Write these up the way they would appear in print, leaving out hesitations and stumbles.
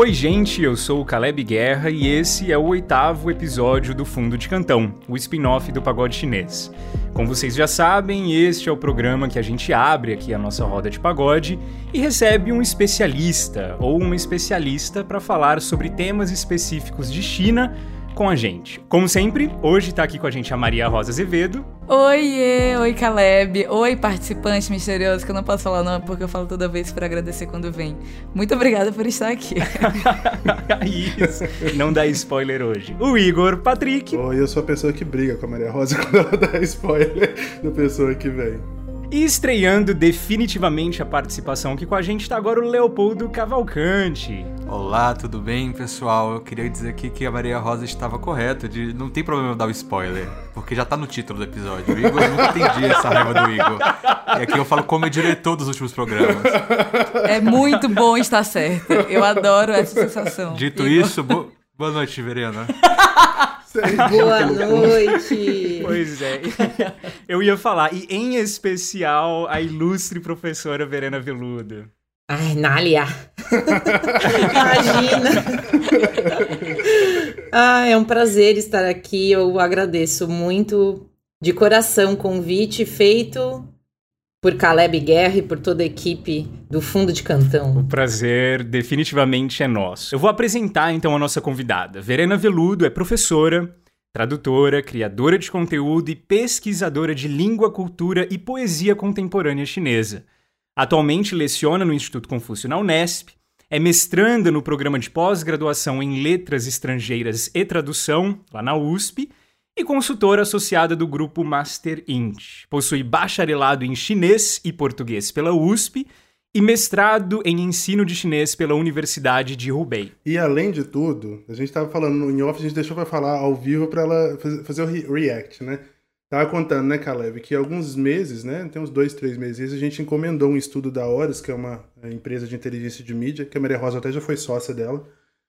Oi gente, eu sou o Caleb Guerra e esse é o 8º episódio do Fundo de Cantão, o spin-off do pagode chinês. Como vocês já sabem, este é o programa que a gente abre aqui a nossa roda de pagode e recebe um especialista ou uma especialista para falar sobre temas específicos de China com a gente. Como sempre, hoje está aqui com a gente a Maria Rosa Azevedo. Oi Caleb, oi participante misterioso, que eu não posso falar não, porque eu falo toda vez para agradecer quando vem. Muito obrigada por estar aqui. Isso, não dá spoiler hoje. O Igor Patrick. Oi, eu sou a pessoa que briga com a Maria Rosa quando ela dá spoiler da pessoa que vem. E estreando definitivamente a participação aqui com a gente está agora o Leopoldo Cavalcante. Olá, tudo bem, pessoal? Eu queria dizer aqui que a Maria Rosa estava correta, não tem problema eu dar o spoiler, porque já tá no título do episódio. O Igor, eu nunca entendi essa raiva do Igor. E aqui eu falo como diretor dos últimos programas. É muito bom estar certo. Eu adoro essa sensação. Dito Igor. isso, boa noite, Verena. Boa noite! Pois é, eu ia falar, e em especial a ilustre professora Verena Veludo. Ai, Nália! Imagina! É um prazer estar aqui, eu agradeço muito de coração o convite feito por Caleb Guerra e por toda a equipe do Fundo de Cantão. O prazer definitivamente é nosso. Eu vou apresentar então a nossa convidada. Verena Veludo é professora, tradutora, criadora de conteúdo e pesquisadora de língua, cultura e poesia contemporânea chinesa. Atualmente leciona no Instituto Confúcio na Unesp, é mestranda no programa de pós-graduação em Letras Estrangeiras e Tradução, lá na USP, e consultora associada do grupo Master Int. Possui bacharelado em chinês e português pela USP e mestrado em ensino de chinês pela Universidade de Hubei. E além de tudo, a gente estava falando no in-off, a gente deixou para falar ao vivo para ela fazer o react, né? Tava contando, né, Caleb, que há alguns meses, né, tem uns 2-3 meses, a gente encomendou um estudo da Horus, que é uma empresa de inteligência de mídia, que a Maria Rosa até já foi sócia dela.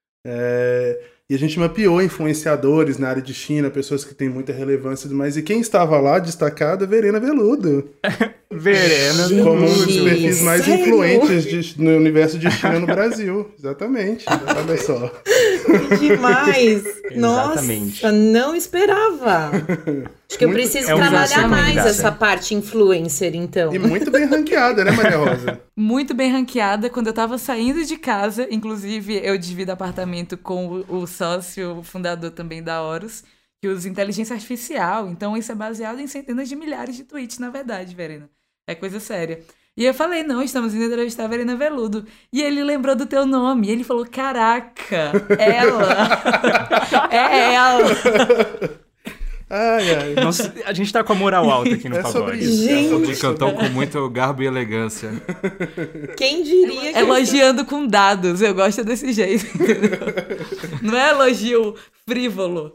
E a gente mapeou influenciadores na área de China, pessoas que têm muita relevância e tudo mais. E quem estava lá destacado, Verena Veludo. Verena Veludo. Como um dos perfis mais influentes no universo de China no Brasil. Exatamente. Olha só. Que demais! Exatamente. Nossa, não esperava. Acho que eu preciso trabalhar mais essa parte influencer, então. E muito bem ranqueada, né, Maria Rosa? Muito bem ranqueada. Quando eu tava saindo de casa, inclusive eu divido apartamento com o sócio fundador também da Horus, que usa inteligência artificial. Então isso é baseado em centenas de milhares de tweets, na verdade, Verena. É coisa séria. E eu falei, não, estamos indo entrevistar a Verena Veludo. E ele lembrou do teu nome. E ele falou, caraca, ela. É ela. Ai. Nossa, a gente tá com a moral alta aqui no pagode. Sobre isso. Gente. De cantão com muito garbo e elegância. Quem diria que... Elogiando com dados. Eu gosto desse jeito. Não é elogio frívolo.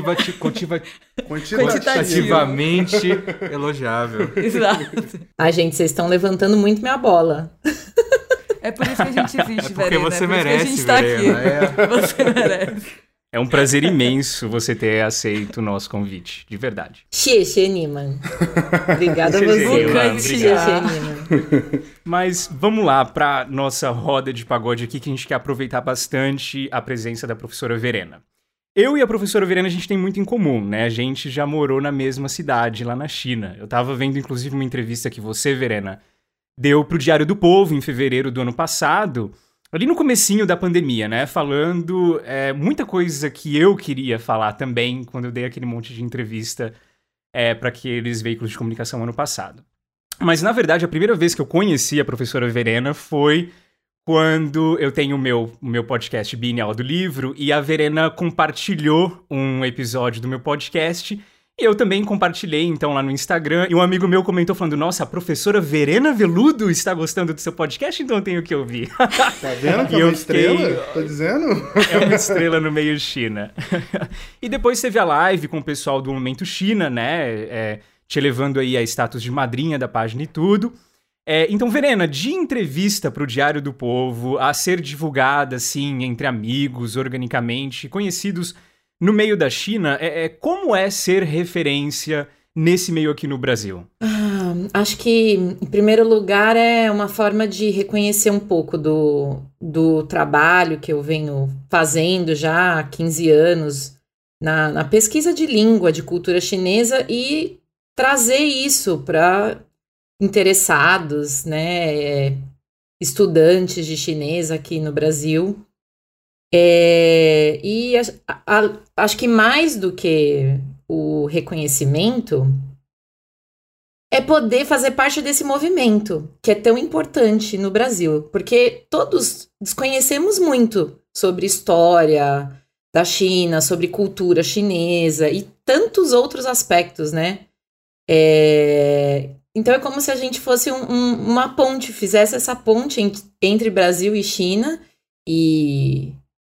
Quantitativamente elogiável. Exato. Gente, vocês estão levantando muito minha bola. É por isso que a gente existe, Porque Verena. você é por isso merece, que a gente tá Verena. aqui. Você merece. É um prazer imenso você ter aceito o nosso convite, de verdade. Xie, Niman. Obrigada a Xie, você. Niman, Xie, obrigado. Niman. Mas vamos lá para nossa roda de pagode aqui, que a gente quer aproveitar bastante a presença da professora Verena. Eu e a professora Verena, a gente tem muito em comum, né? A gente já morou na mesma cidade, lá na China. Eu tava vendo, inclusive, uma entrevista que você, Verena, deu pro Diário do Povo em fevereiro do ano passado, ali no comecinho da pandemia, né? Falando muita coisa que eu queria falar também, quando eu dei aquele monte de entrevista para aqueles veículos de comunicação ano passado. Mas, na verdade, a primeira vez que eu conheci a professora Verena foi quando eu tenho o meu podcast Bienal do Livro e a Verena compartilhou um episódio do meu podcast. E eu também compartilhei, então, lá no Instagram. E um amigo meu comentou falando, nossa, a professora Verena Veludo está gostando do seu podcast, então eu tenho que ouvir. Tá vendo que é uma estrela? Tô dizendo? É uma estrela no meio China. E depois teve a live com o pessoal do Momento China, né? Te levando aí a status de madrinha da página e tudo. Então, Verena, de entrevista para o Diário do Povo, a ser divulgada, assim, entre amigos, organicamente, conhecidos no meio da China, como é ser referência nesse meio aqui no Brasil? Acho que, em primeiro lugar, é uma forma de reconhecer um pouco do trabalho que eu venho fazendo já há 15 anos na pesquisa de língua, de cultura chinesa, e trazer isso para interessados, né, estudantes de chinês aqui no Brasil. E acho que mais do que o reconhecimento é poder fazer parte desse movimento, que é tão importante no Brasil, porque todos desconhecemos muito sobre história da China, sobre cultura chinesa e tantos outros aspectos, né? Então é como se a gente fosse uma ponte, fizesse essa ponte entre Brasil e China e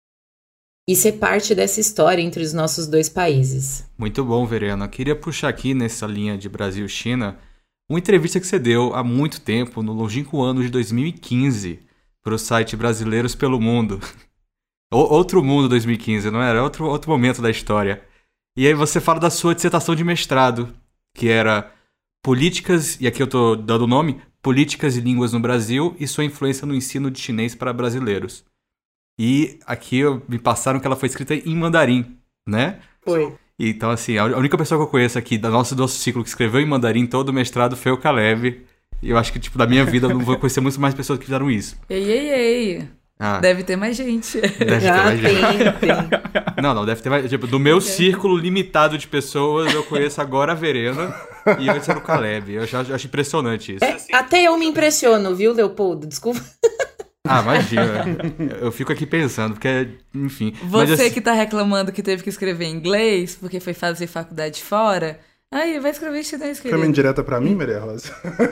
ser parte dessa história entre os nossos dois países. Muito bom, Verena. Queria puxar aqui nessa linha de Brasil e China uma entrevista que você deu há muito tempo, no longínquo ano de 2015, para o site Brasileiros pelo Mundo. Outro mundo 2015, não era? Outro momento da história. E aí você fala da sua dissertação de mestrado, que era Políticas, e aqui eu estou dando o nome, Políticas e Línguas no Brasil e sua influência no ensino de chinês para brasileiros. E aqui me passaram que ela foi escrita em mandarim, né? Foi. Então, assim, a única pessoa que eu conheço aqui do nosso ciclo que escreveu em mandarim todo o mestrado foi o Caleb. E eu acho que, tipo, da minha vida eu não vou conhecer muito mais pessoas que fizeram isso. Ei. Deve ter mais gente. Deve ter mais gente. Tem. Não, deve ter mais. Tipo, do meu círculo limitado de pessoas, eu conheço agora a Verena e antes era o Caleb. Eu já acho impressionante isso. Até eu me impressiono, viu, Leopoldo? Desculpa. Imagina. Eu fico aqui pensando, porque, enfim... Você mas, que tá reclamando que teve que escrever em inglês, porque foi fazer faculdade fora, aí vai escrever chinês, querido. Foi uma indireta pra mim, Maria Rosa?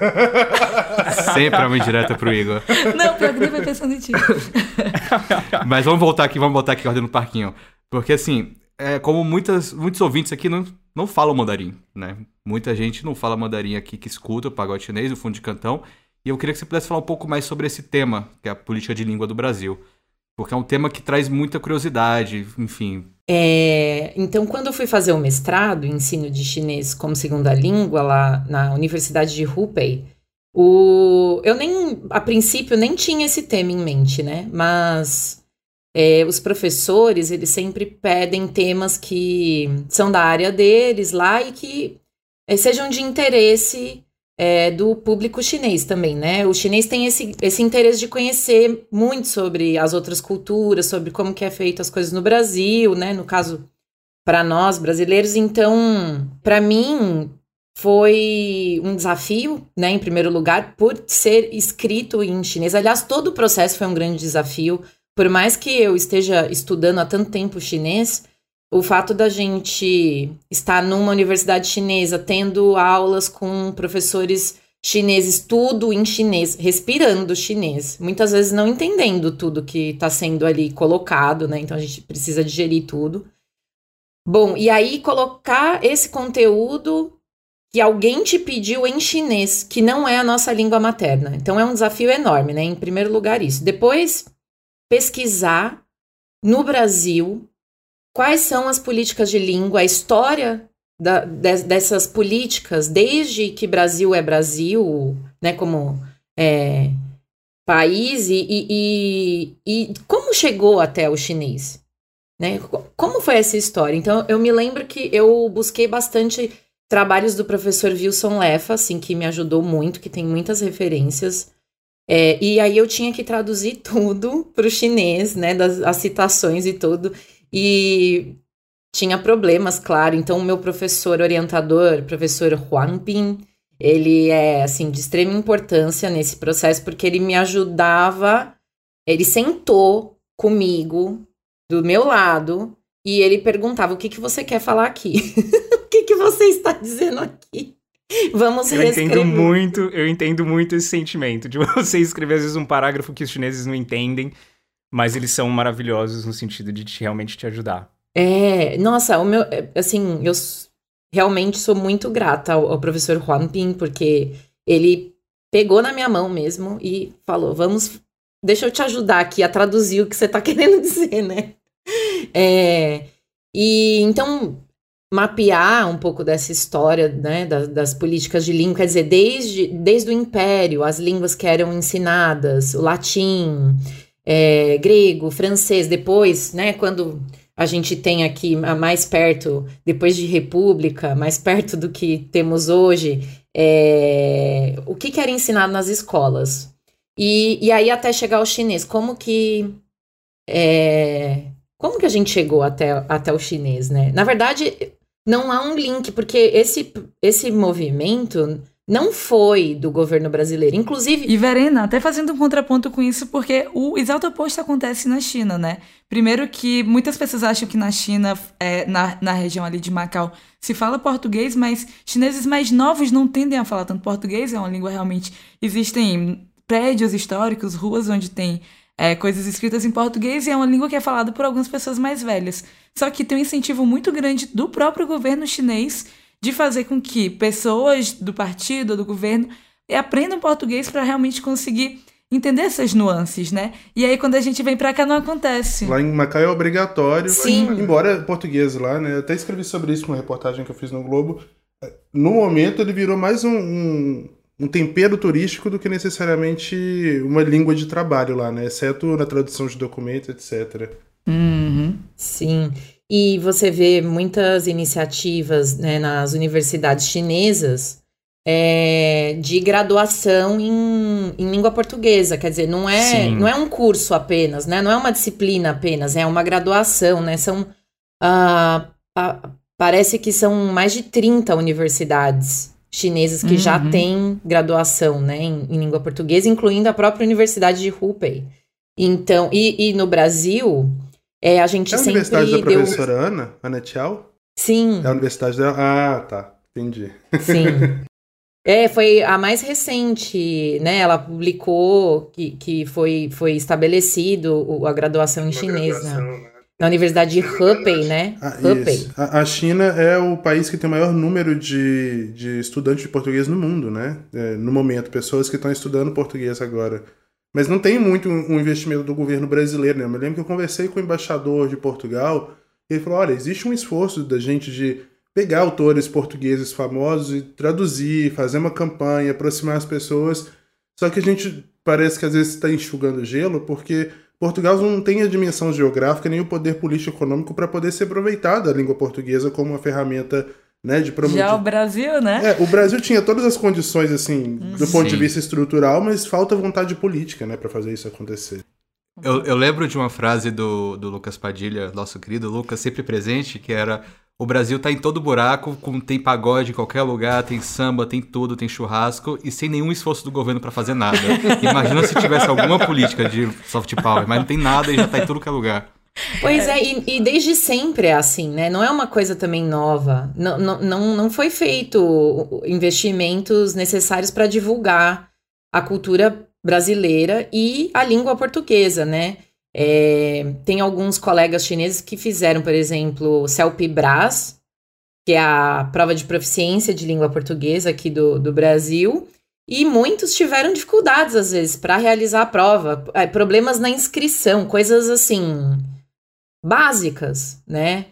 Sempre é uma indireta pro Igor. Não, pior que nem vai pensando em ti. Mas vamos voltar aqui a ordem no parquinho. Porque, assim, como muitos ouvintes aqui não falam mandarim, né? Muita gente não fala mandarim aqui que escuta o pagode chinês, o fundo de cantão. E eu queria que você pudesse falar um pouco mais sobre esse tema, que é a política de língua do Brasil. Porque é um tema que traz muita curiosidade, enfim. Então, quando eu fui fazer o mestrado em ensino de chinês como segunda língua lá na Universidade de Hubei, eu a princípio, nem tinha esse tema em mente, né? Mas os professores, eles sempre pedem temas que são da área deles lá e que sejam de interesse do público chinês também, né? O chinês tem esse interesse de conhecer muito sobre as outras culturas, sobre como que é feito as coisas no Brasil, né? No caso, para nós brasileiros. Então, para mim, foi um desafio, né? Em primeiro lugar, por ser escrito em chinês. Aliás, todo o processo foi um grande desafio. Por mais que eu esteja estudando há tanto tempo chinês, o fato da gente estar numa universidade chinesa, tendo aulas com professores chineses, tudo em chinês, respirando chinês, muitas vezes não entendendo tudo que está sendo ali colocado, né? Então a gente precisa digerir tudo. Bom, e aí colocar esse conteúdo que alguém te pediu em chinês, que não é a nossa língua materna. Então é um desafio enorme, né? Em primeiro lugar isso. Depois, pesquisar no Brasil quais são as políticas de língua, a história dessas políticas, desde que Brasil é Brasil, né, como país, e como chegou até o chinês, né? Como foi essa história? Então, eu me lembro que eu busquei bastante trabalhos do professor Wilson Leffa, assim, que me ajudou muito, que tem muitas referências. E aí eu tinha que traduzir tudo para o chinês, né, as citações e tudo. E tinha problemas, claro. Então, o meu professor orientador, professor Huang Bin, ele é, assim, de extrema importância nesse processo, porque ele me ajudava, ele sentou comigo, do meu lado, e ele perguntava, o que você quer falar aqui? O que você está dizendo aqui? Vamos reescrever. Eu entendo muito esse sentimento de você escrever, às vezes, um parágrafo que os chineses não entendem, mas eles são maravilhosos no sentido de realmente te ajudar. Nossa, assim, eu realmente sou muito grata ao professor Huang Bin, porque ele pegou na minha mão mesmo e falou, deixa eu te ajudar aqui a traduzir o que você tá querendo dizer, né? E então, mapear um pouco dessa história, né, das políticas de língua, quer dizer, desde o Império, as línguas que eram ensinadas, o latim, grego, francês, depois, né, quando a gente tem aqui mais perto, depois de República, mais perto do que temos hoje, o que era ensinado nas escolas. E aí até chegar ao chinês, como que a gente chegou até o chinês, né? Na verdade, não há um link, porque esse movimento não foi do governo brasileiro. Inclusive... E, Verena, até fazendo um contraponto com isso, porque o exato oposto acontece na China, né? Primeiro que muitas pessoas acham que na China, na região ali de Macau, se fala português, mas chineses mais novos não tendem a falar tanto português, é uma língua realmente... Existem prédios históricos, ruas onde tem coisas escritas em português, e é uma língua que é falada por algumas pessoas mais velhas. Só que tem um incentivo muito grande do próprio governo chinês de fazer com que pessoas do partido ou do governo aprendam português para realmente conseguir entender essas nuances, né? E aí, quando a gente vem pra cá, não acontece. Lá em Macau é obrigatório. Sim. Embora português lá, né? Eu até escrevi sobre isso numa reportagem que eu fiz no Globo. No momento, ele virou mais um tempero turístico do que necessariamente uma língua de trabalho lá, né? Exceto na tradução de documentos, etc. Uhum. Sim. E você vê muitas iniciativas, né, nas universidades chinesas de graduação em língua portuguesa. Quer dizer, não é um curso apenas, né? Não é uma disciplina apenas, é uma graduação, né? Parece que são mais de 30 universidades chinesas que já têm graduação, né, em língua portuguesa, incluindo a própria Universidade de Hubei. Então, e no Brasil... a gente sempre a universidade da professora Ana Tchau? Sim. É a universidade dela? Ah, tá. Entendi. Sim. Foi a mais recente, né? Ela publicou que foi estabelecido a graduação em chinês, né? Na Universidade de Hubei, né? Isso. A China é o país que tem o maior número de estudantes de português no mundo, né? No momento, pessoas que estão estudando português agora. Mas não tem muito um investimento do governo brasileiro, né? Eu me lembro que eu conversei com o embaixador de Portugal e ele falou, olha, existe um esforço da gente de pegar autores portugueses famosos e traduzir, fazer uma campanha, aproximar as pessoas, só que a gente parece que às vezes está enxugando gelo, porque Portugal não tem a dimensão geográfica nem o poder político econômico para poder se aproveitar da língua portuguesa como uma ferramenta, né, de promover. Já o Brasil, né? O Brasil tinha todas as condições, assim, do ponto de vista estrutural, mas falta vontade política, né, para fazer isso acontecer. Eu lembro de uma frase do Lucas Padilha, nosso querido Lucas, sempre presente, que era: o Brasil tá em todo buraco, tem pagode em qualquer lugar, tem samba, tem tudo, tem churrasco, e sem nenhum esforço do governo pra fazer nada. Imagina se tivesse alguma política de soft power, mas não tem nada e já tá em tudo que é lugar. Pois e desde sempre é assim, né? Não é uma coisa também nova. Não foi feito investimentos necessários para divulgar a cultura brasileira e a língua portuguesa, né? Tem alguns colegas chineses que fizeram, por exemplo, o CELPE-BRAS, que é a prova de proficiência de língua portuguesa aqui do Brasil, e muitos tiveram dificuldades, às vezes, para realizar a prova. Problemas na inscrição, coisas assim, básicas, né?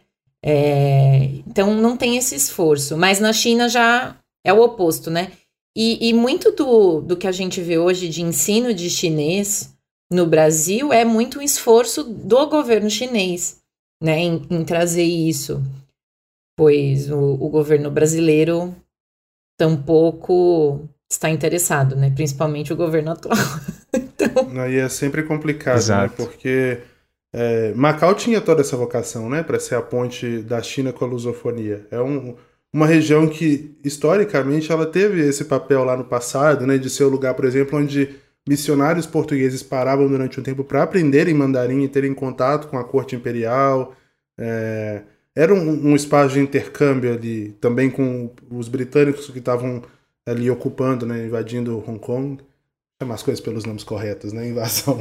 Então, não tem esse esforço. Mas na China já é o oposto, né? E muito do que a gente vê hoje de ensino de chinês no Brasil é muito um esforço do governo chinês, né, em trazer isso, pois o governo brasileiro tampouco está interessado, né, principalmente o governo atual. Então... Aí é sempre complicado, né, porque Macau tinha toda essa vocação, né, para ser a ponte da China com a lusofonia. É uma região que, historicamente, ela teve esse papel lá no passado, né, de ser o lugar, por exemplo, onde missionários portugueses paravam durante um tempo para aprenderem mandarim e terem contato com a corte imperial. Era um espaço de intercâmbio ali, também com os britânicos que estavam ali ocupando, né, invadindo Hong Kong. Chamar as coisas pelos nomes corretos, né, invasão.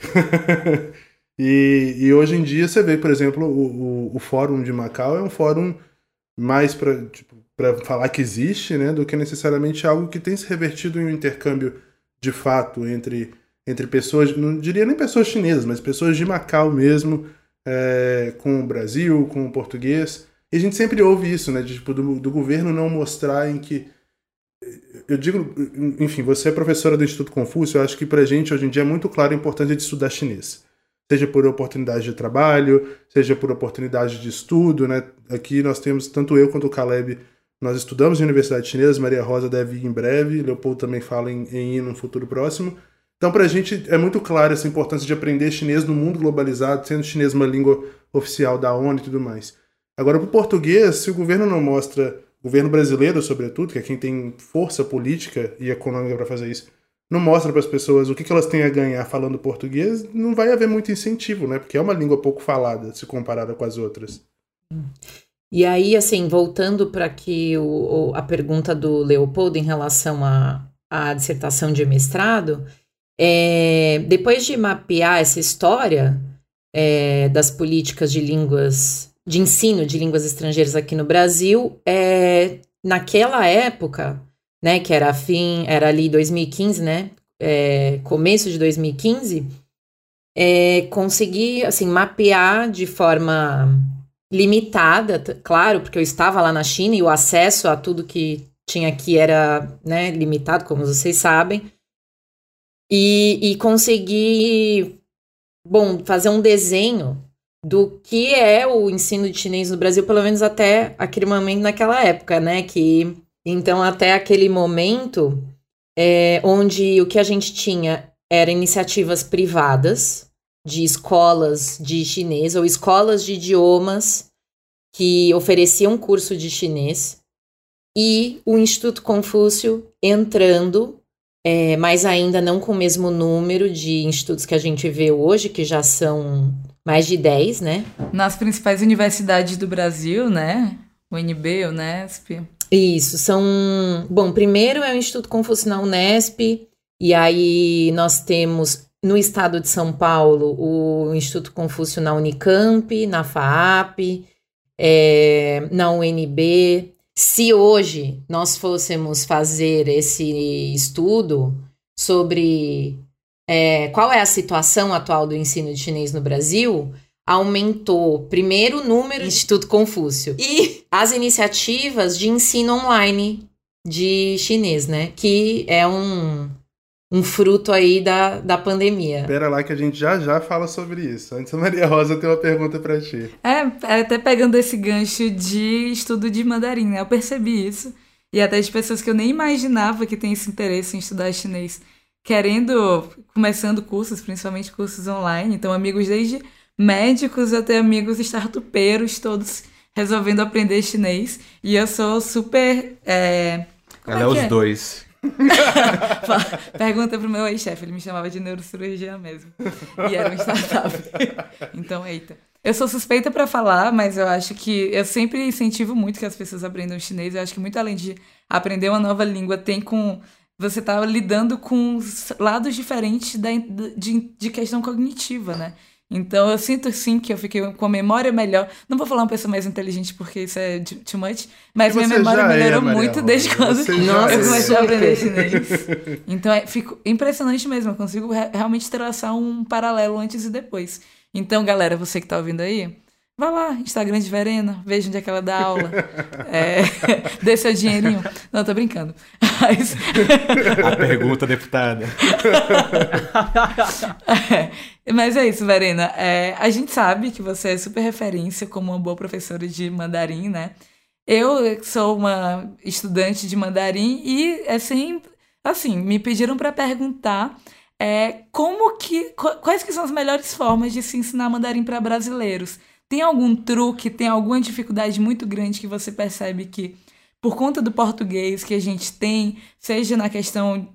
E hoje em dia você vê, por exemplo, o Fórum de Macau é um fórum mais para falar que existe, né, do que necessariamente algo que tem se revertido em um intercâmbio de fato entre pessoas, não diria nem pessoas chinesas, mas pessoas de Macau mesmo, com o Brasil, com o português. E a gente sempre ouve isso, né? De, tipo, do governo não mostrar em que... Eu digo, enfim, você é professora do Instituto Confúcio, eu acho que pra gente hoje em dia é muito claro a importância de estudar chinês. Seja por oportunidade de trabalho, seja por oportunidade de estudo, né? Aqui nós temos, tanto eu quanto o Caleb, nós estudamos em universidade chinesa, Maria Rosa deve ir em breve, Leopoldo também fala em ir num futuro próximo. Então pra gente é muito claro essa importância de aprender chinês no mundo globalizado, sendo chinês uma língua oficial da ONU e tudo mais. Agora, pro português, se o governo não mostra, o governo brasileiro, sobretudo, que é quem tem força política e econômica para fazer isso, não mostra para as pessoas o que elas têm a ganhar falando português, não vai haver muito incentivo, né? Porque é uma língua pouco falada, se comparada com as outras. E aí, assim, voltando para que a pergunta do Leopoldo em relação à dissertação de mestrado, depois de mapear essa história das políticas de ensino de línguas estrangeiras aqui no Brasil, naquela época, né, que era ali 2015, né, começo de 2015, consegui, assim, mapear de forma limitada, claro, porque eu estava lá na China e o acesso a tudo que tinha aqui era, né, limitado, como vocês sabem, e consegui, fazer um desenho do que é o ensino de chinês no Brasil, pelo menos até aquele momento naquela época, né, então até aquele momento, onde o que a gente tinha eram iniciativas privadas de escolas de chinês ou escolas de idiomas que ofereciam curso de chinês e o Instituto Confúcio entrando, mas ainda não com o mesmo número de institutos que a gente vê hoje, que já são mais de 10, né? Nas principais universidades do Brasil, né? UNB, Unesp. Isso, primeiro é o Instituto Confúcio na Unesp, e aí nós temos no estado de São Paulo o Instituto Confúcio na Unicamp, na FAAP, na UNB. Se hoje nós fôssemos fazer esse estudo sobre qual é a situação atual do ensino de chinês no Brasil, aumentou primeiro o número do Instituto Confúcio e as iniciativas de ensino online de chinês, né? Que é um fruto aí da pandemia. Espera lá que a gente já fala sobre isso. Antes a Maria Rosa tem uma pergunta pra ti. Até pegando esse gancho de estudo de mandarim, né? Eu percebi isso. E até de pessoas que eu nem imaginava que têm esse interesse em estudar chinês, começando cursos, principalmente cursos online. Então, amigos desde médicos até amigos startupeiros, todos resolvendo aprender chinês. E eu sou super... Ela é os dois. Pergunta pro meu ex-chefe, ele me chamava de neurocirurgia mesmo. E era um startup. Então, eita. Eu sou suspeita pra falar, mas eu acho que eu sempre incentivo muito que as pessoas aprendam chinês. Eu acho que muito além de aprender uma nova língua, você tá lidando com lados diferentes de questão cognitiva, né? Então, eu sinto, sim, que eu fiquei com a memória melhor. Não vou falar uma pessoa mais inteligente, porque isso é too much. Mas minha memória melhorou muito desde quando eu comecei a aprender chinês. Então, fico impressionante mesmo. Eu consigo realmente traçar um paralelo antes e depois. Então, galera, você que tá ouvindo aí, vá lá, Instagram de Verena, veja onde é que ela dá aula. Dê seu dinheirinho. Não, tô brincando. Mas... A pergunta, deputada. Mas é isso, Verena. A gente sabe que você é super referência como uma boa professora de mandarim, né? Eu sou uma estudante de mandarim e, assim, me pediram para perguntar quais que são as melhores formas de se ensinar mandarim para brasileiros. Tem algum truque, tem alguma dificuldade muito grande que você percebe que, por conta do português que a gente tem, seja na questão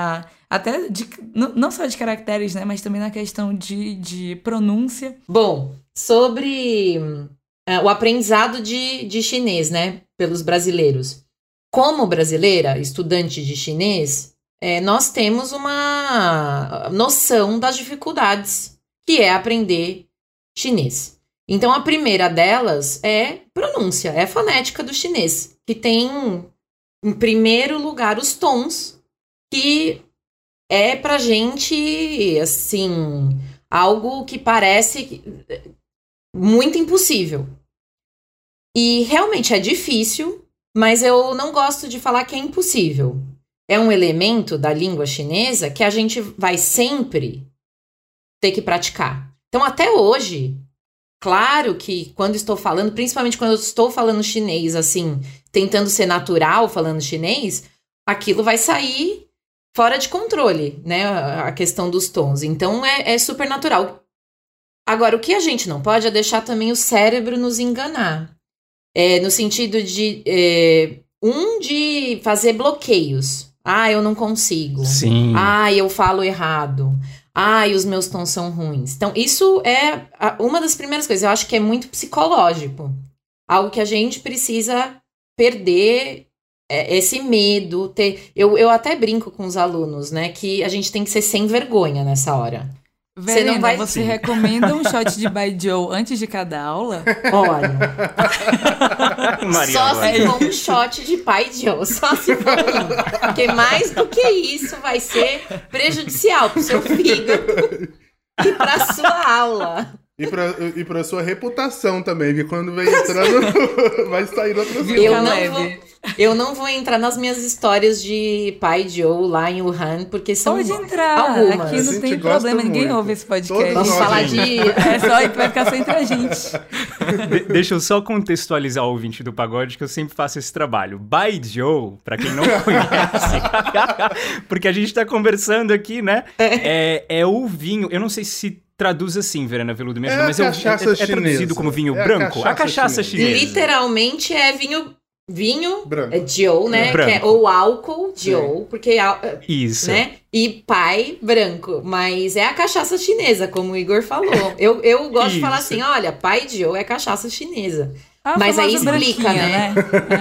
não só de caracteres, né, mas também na questão de pronúncia? Bom, sobre o aprendizado de chinês, né, pelos brasileiros. Como brasileira, estudante de chinês, nós temos uma noção das dificuldades que é aprender chinês. Então, a primeira delas é pronúncia, é a fonética do chinês, que tem, em primeiro lugar, os tons, que é pra gente, assim, algo que parece muito impossível. E realmente é difícil, mas eu não gosto de falar que é impossível. É um elemento da língua chinesa que a gente vai sempre ter que praticar. Então, até hoje, claro que quando estou falando, principalmente quando eu estou falando chinês, assim, tentando ser natural falando chinês, aquilo vai sair fora de controle, né? A questão dos tons. Então, é super natural. Agora, o que a gente não pode é deixar também o cérebro nos enganar. No sentido de de fazer bloqueios. Eu não consigo. Sim. Eu falo errado. E os meus tons são ruins. Então, isso é uma das primeiras coisas. Eu acho que é muito psicológico. Algo que a gente precisa perder esse medo. Eu até brinco com os alunos, né? Que a gente tem que ser sem vergonha nessa hora. Verena, você recomenda um shot de Baijiu antes de cada aula? Olha, só se for um shot de Baijiu, só se for um. Porque mais do que isso vai ser prejudicial pro seu fígado e pra sua aula. E pra sua reputação também, que quando vem entrando, vai sair outras coisas. Eu não vou entrar nas minhas histórias de Pai Joe lá em Wuhan, porque são Pode entrar, algumas. aqui não tem problema, ninguém ouve esse podcast. Vamos falar de... vai ficar só entre a gente. Deixa eu só contextualizar o ouvinte do pagode, que eu sempre faço esse trabalho. Baijiu, pra quem não conhece, porque a gente tá conversando aqui, né? É o vinho, eu não sei se traduz assim, Verena Veludo mesmo, mas é traduzido como vinho branco? A cachaça chinesa. Literalmente é vinho branco. É Jiu, né? Branco. Ou álcool Jiu, porque isso. Né? E pai branco, mas é a cachaça chinesa, como o Igor falou. Eu gosto de falar assim, olha, pai Jiu é cachaça chinesa. Mas aí explica, né?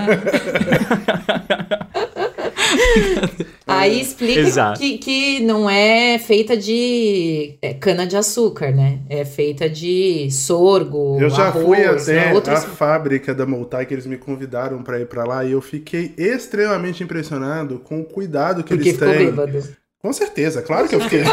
Aí explica que não é feita de cana-de-açúcar, né? É feita de sorgo, Eu já arroz, fui até né? a fábrica da Multai, que eles me convidaram pra ir pra lá, e eu fiquei extremamente impressionado com o cuidado que eles têm. Porque ficou bêbado. Com certeza, claro que eu fiquei.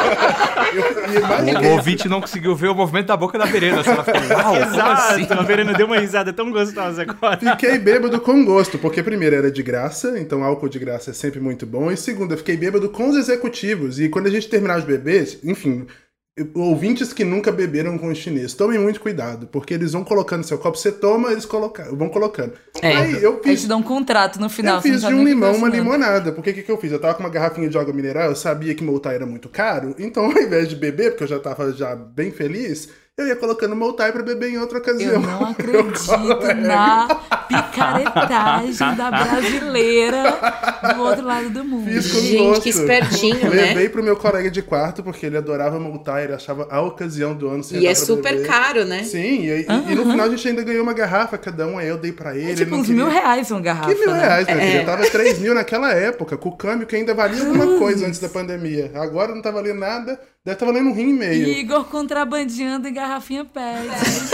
O ouvinte não conseguiu ver o movimento da boca da Verena. Ela ficou, uau, Exato, a Verena deu uma risada tão gostosa agora. Fiquei bêbado com gosto, porque primeiro era de graça, então álcool de graça é sempre muito bom, e segundo, eu fiquei bêbado com os executivos, e quando a gente terminar de beber, enfim, ouvintes que nunca beberam com os chineses, tomem muito cuidado, porque eles vão colocando seu copo, você toma, eles vão colocando. Aí eu Aí te dá um contrato no final. Eu fiz de um limão uma limonada, porque o que eu fiz? Eu tava com uma garrafinha de água mineral, eu sabia que Multai era muito caro, então ao invés de beber, porque eu já tava bem feliz, eu ia colocando Multai pra beber em outra ocasião. Eu não acredito na picaretagem da brasileira do outro lado do mundo. Fiz com Gente, gosto. que espertinho, né? Levei pro meu colega de quarto, porque ele adorava Multai, ele achava a ocasião do ano. E é super caro, né? Sim, e no final a gente ainda ganhou uma garrafa, cada um, aí eu dei pra ele. É tipo ele uns queria... R$1.000 uma garrafa. Que R$1.000, né? meu filho? Tava 3 mil naquela época, com o câmbio que ainda valia alguma coisa antes da pandemia. Agora não tá valendo nada, deve estar valendo R$1,50. E Igor contrabandeando em garrafinha PET.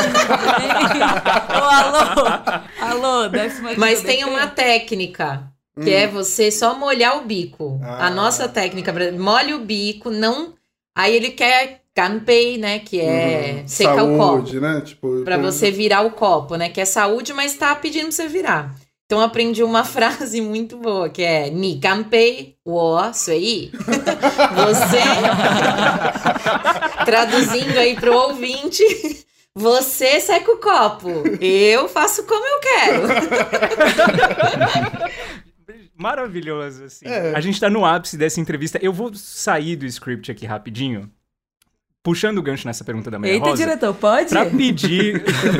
Alô, décima aqui. Mas tem uma técnica, que é você só molhar o bico. A nossa técnica, molha o bico, não... Aí ele quer ganpei, né, que é secar saúde, o copo. Né? Tipo, pra você virar o copo, né, que é saúde, mas tá pedindo pra você virar. Então eu aprendi uma frase muito boa, que é Ni ganpei wo sui. Você, traduzindo aí pro ouvinte, você seca o copo, eu faço como eu quero. Maravilhoso, assim. A gente tá no ápice dessa entrevista. Eu vou sair do script aqui rapidinho, puxando o gancho nessa pergunta da Maria Rosa. Eita, diretor, pode? Pra pedir...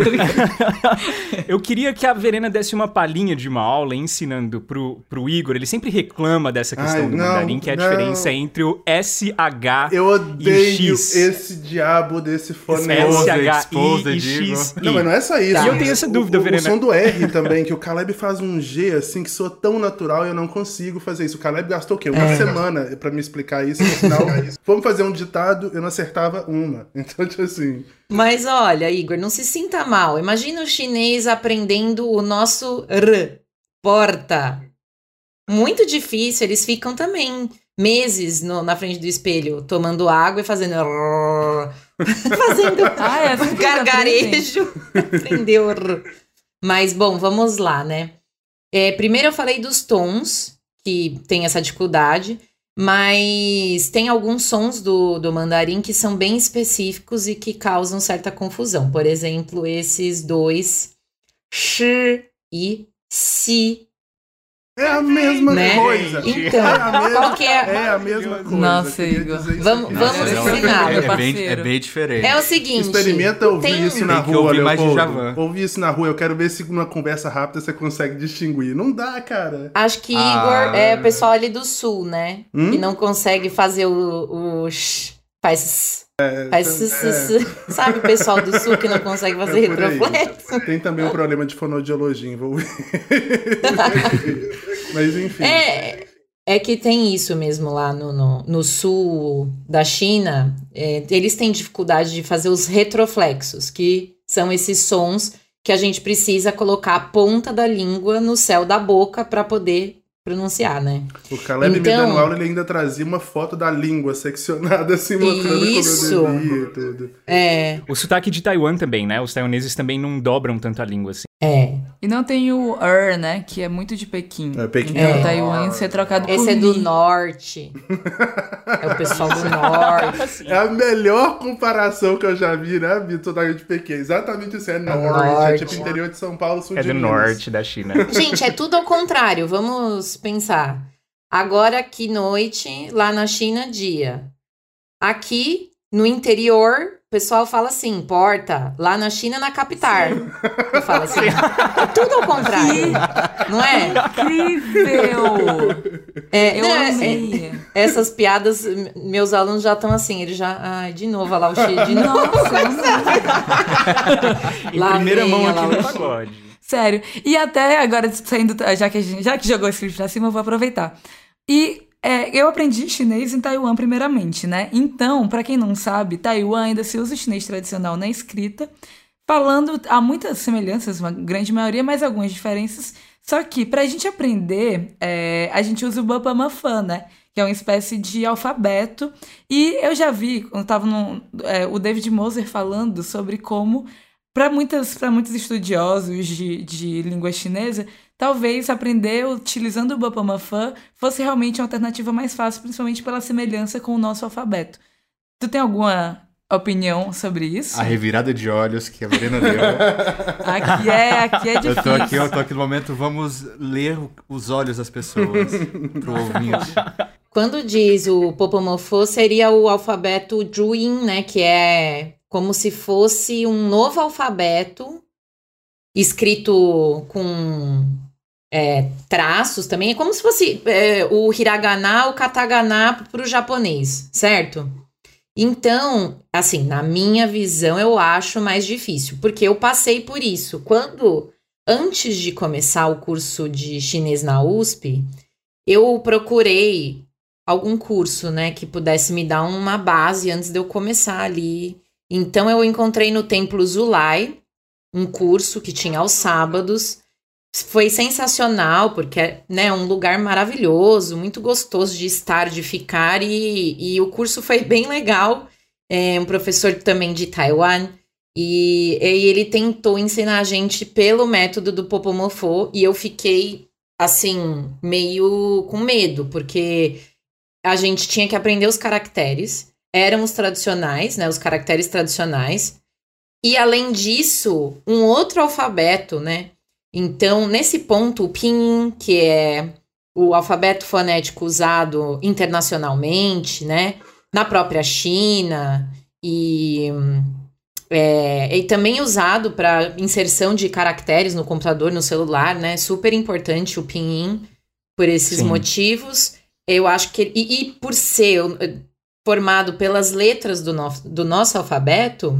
Eu queria que a Verena desse uma palhinha de uma aula ensinando pro Igor. Ele sempre reclama dessa questão do mandarim, que é a diferença entre o SH eu odeio e X. esse diabo desse fone. SH e X. Não, mas não é só isso. E eu tenho essa dúvida, Verena. O som do R também, que o Caleb faz um G, assim, que soa tão natural e eu não consigo fazer isso. O Caleb gastou o quê? Uma semana pra me explicar isso. No final, vamos fazer um ditado, eu não acertava uma. Então, tipo assim... Mas olha, Igor, não se sinta mal. Imagina o chinês aprendendo o nosso R, porta. Muito difícil, eles ficam também meses na frente do espelho, tomando água e fazendo... fazendo assim gargarejo. Aprendeu. Mas, bom, vamos lá, né? Primeiro eu falei dos tons, que tem essa dificuldade, mas tem alguns sons do mandarim que são bem específicos e que causam certa confusão. Por exemplo, esses dois, shi e si. É a mesma coisa. Então, qual que é? É a mesma coisa. Nossa, Igor. Vamos ensinar. É bem diferente. É o seguinte. Experimenta ouvir isso na Tem que rua, ouvir mais de Leopoldo. Djavan. Ouvir isso na rua, eu quero ver se numa conversa rápida você consegue distinguir. Não dá, cara. Acho que Igor é o pessoal ali do sul, né? Que não consegue fazer o sh, faz sabe o pessoal do sul que não consegue fazer por aí. retroflexo? Tem também um problema de fonoaudiologia envolvido. Mas enfim. É que tem isso mesmo lá no sul da China. Eles têm dificuldade de fazer os retroflexos, que são esses sons que a gente precisa colocar a ponta da língua no céu da boca para poder pronunciar, né? O Caleb me dando aula, ele ainda trazia uma foto da língua seccionada, assim, mostrando como eu devia e tudo. O sotaque de Taiwan também, né? Os taiwaneses também não dobram tanto a língua assim. E não tem o né? Que é muito de Pequim. Pequim. Então, Taiwan ser trocado por Esse é do norte. É o pessoal do norte. É a melhor comparação que eu já vi, né, Vitor, da de Pequim. Exatamente isso, é norte. É tipo interior de São Paulo, sul de do Minas. norte da China. Gente, é tudo ao contrário. Vamos pensar. Agora, que noite, lá na China, dia. Aqui, no interior, o pessoal fala assim, porta. Lá na China, na capital. Eu falo assim. É tudo ao contrário. Não é? Incrível! Eu amei. Essas piadas, meus alunos já estão assim, eles já... Ai, de novo, olha lá o Xi, de novo. Em primeira mão aqui no pagode. Sério. E até agora, saindo, já que jogou esse livro pra cima, eu vou aproveitar. E eu aprendi chinês em Taiwan, primeiramente, né? Então, pra quem não sabe, Taiwan ainda se usa o chinês tradicional na escrita, falando, há muitas semelhanças, uma grande maioria, mas algumas diferenças. Só que, pra gente aprender, a gente usa o Bapamafã, né? Que é uma espécie de alfabeto. E eu já vi, quando tava o David Moser falando sobre como, para muitos estudiosos de língua chinesa, talvez aprender utilizando o Bapamafã fosse realmente uma alternativa mais fácil, principalmente pela semelhança com o nosso alfabeto. Tu tem alguma opinião sobre isso? A revirada de olhos que a Verena deu. Aqui é difícil. Eu tô aqui no momento, vamos ler os olhos das pessoas pro ouvinte. Quando diz o Popomofô, seria o alfabeto Zhuyin, né? Que é como se fosse um novo alfabeto escrito com traços também. É como se fosse o hiragana, o katakana para o japonês, certo? Então, assim, na minha visão, eu acho mais difícil, porque eu passei por isso. Antes de começar o curso de chinês na USP, eu procurei algum curso, né, que pudesse me dar uma base antes de eu começar ali. Então, eu encontrei no Templo Zulai um curso que tinha aos sábados. Foi sensacional, porque é um lugar maravilhoso, muito gostoso de estar, de ficar, e o curso foi bem legal. Um professor também de Taiwan, e ele tentou ensinar a gente pelo método do Popomofô, e eu fiquei, assim, meio com medo, porque a gente tinha que aprender os caracteres, eram os tradicionais, né, os caracteres tradicionais, e além disso, um outro alfabeto, né? Então, nesse ponto, o Pinyin, que é o alfabeto fonético usado internacionalmente, né, na própria China, e também usado para inserção de caracteres no computador, no celular, né, super importante o Pinyin, por esses motivos. Eu acho que, e por ser formado pelas letras do nosso alfabeto,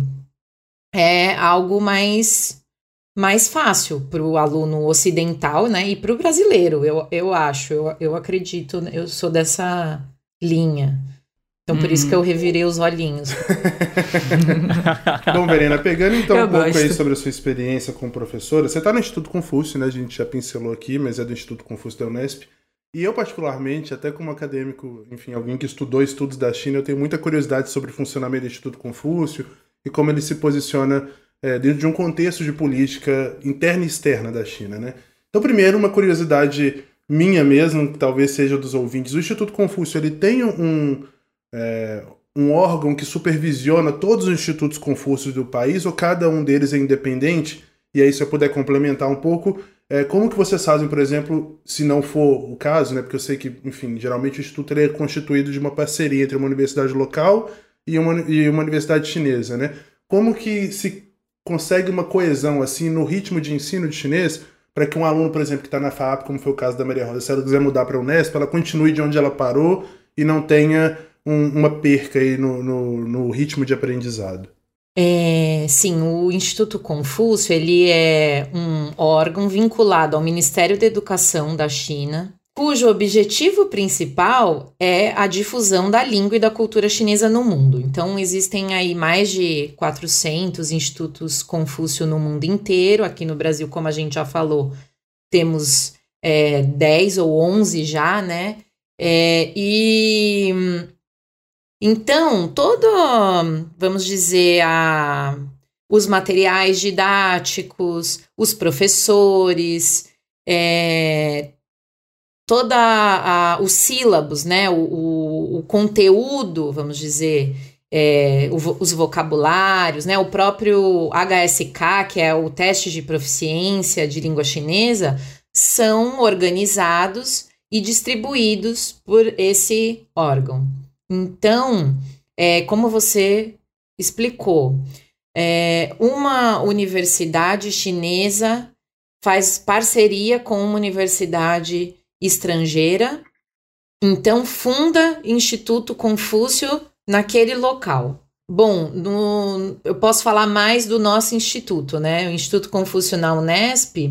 é algo mais fácil para o aluno ocidental, né, e para o brasileiro, eu acho, eu acredito, eu sou dessa linha. Então, por isso que eu revirei os olhinhos. Bom, Verena, pegando então pouco aí sobre a sua experiência como professora, você está no Instituto Confúcio, né, a gente já pincelou aqui, mas é do Instituto Confúcio da Unesp, e eu particularmente, até como acadêmico, enfim, alguém que estudou estudos da China, eu tenho muita curiosidade sobre o funcionamento do Instituto Confúcio e como ele se posiciona dentro de um contexto de política interna e externa da China, né? Então, primeiro, uma curiosidade minha mesmo, que talvez seja dos ouvintes, o Instituto Confúcio ele tem um órgão que supervisiona todos os institutos Confúcios do país, ou cada um deles é independente? E aí, se eu puder complementar um pouco, como que vocês fazem, por exemplo, se não for o caso, né? Porque eu sei que, enfim, geralmente o instituto ele é constituído de uma parceria entre uma universidade local e uma universidade chinesa, né? Como que se consegue uma coesão, assim, no ritmo de ensino de chinês, para que um aluno, por exemplo, que está na FAAP, como foi o caso da Maria Rosa, se ela quiser mudar para a Unesp, ela continue de onde ela parou e não tenha uma perca aí no ritmo de aprendizado? Sim, o Instituto Confúcio ele é um órgão vinculado ao Ministério da Educação da China, cujo objetivo principal é a difusão da língua e da cultura chinesa no mundo. Então, existem aí mais de 400 institutos Confúcio no mundo inteiro. Aqui no Brasil, como a gente já falou, temos 10 ou 11 já, né? Então, vamos dizer, os materiais didáticos, os professores, os sílabos, né, o conteúdo, vamos dizer, os vocabulários, né, o próprio HSK, que é o teste de proficiência de língua chinesa, são organizados e distribuídos por esse órgão. Então, como você explicou, uma universidade chinesa faz parceria com uma universidade estrangeira, então funda Instituto Confúcio naquele local. Bom, eu posso falar mais do nosso instituto, né? O Instituto Confúcio na Unesp,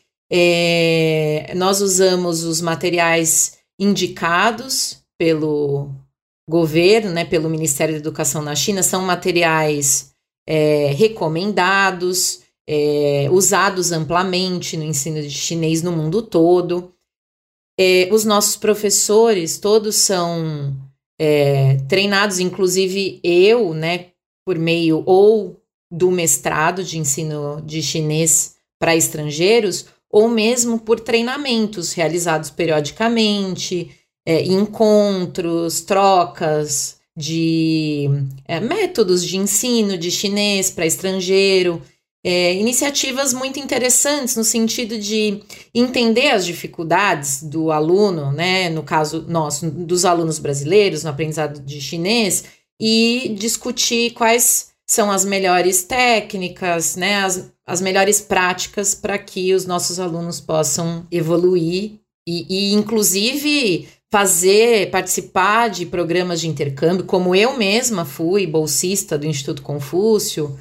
nós usamos os materiais indicados pelo governo, né, pelo Ministério da Educação na China, são materiais recomendados, usados amplamente no ensino de chinês no mundo todo. Os nossos professores todos são treinados, inclusive eu, né, por meio ou do mestrado de ensino de chinês para estrangeiros, ou mesmo por treinamentos realizados periodicamente, encontros, trocas de métodos de ensino de chinês para estrangeiro, iniciativas muito interessantes no sentido de entender as dificuldades do aluno, né, no caso nosso, dos alunos brasileiros no aprendizado de chinês, e discutir quais são as melhores técnicas, né, as melhores práticas para que os nossos alunos possam evoluir e inclusive participar de programas de intercâmbio, como eu mesma fui bolsista do Instituto Confúcio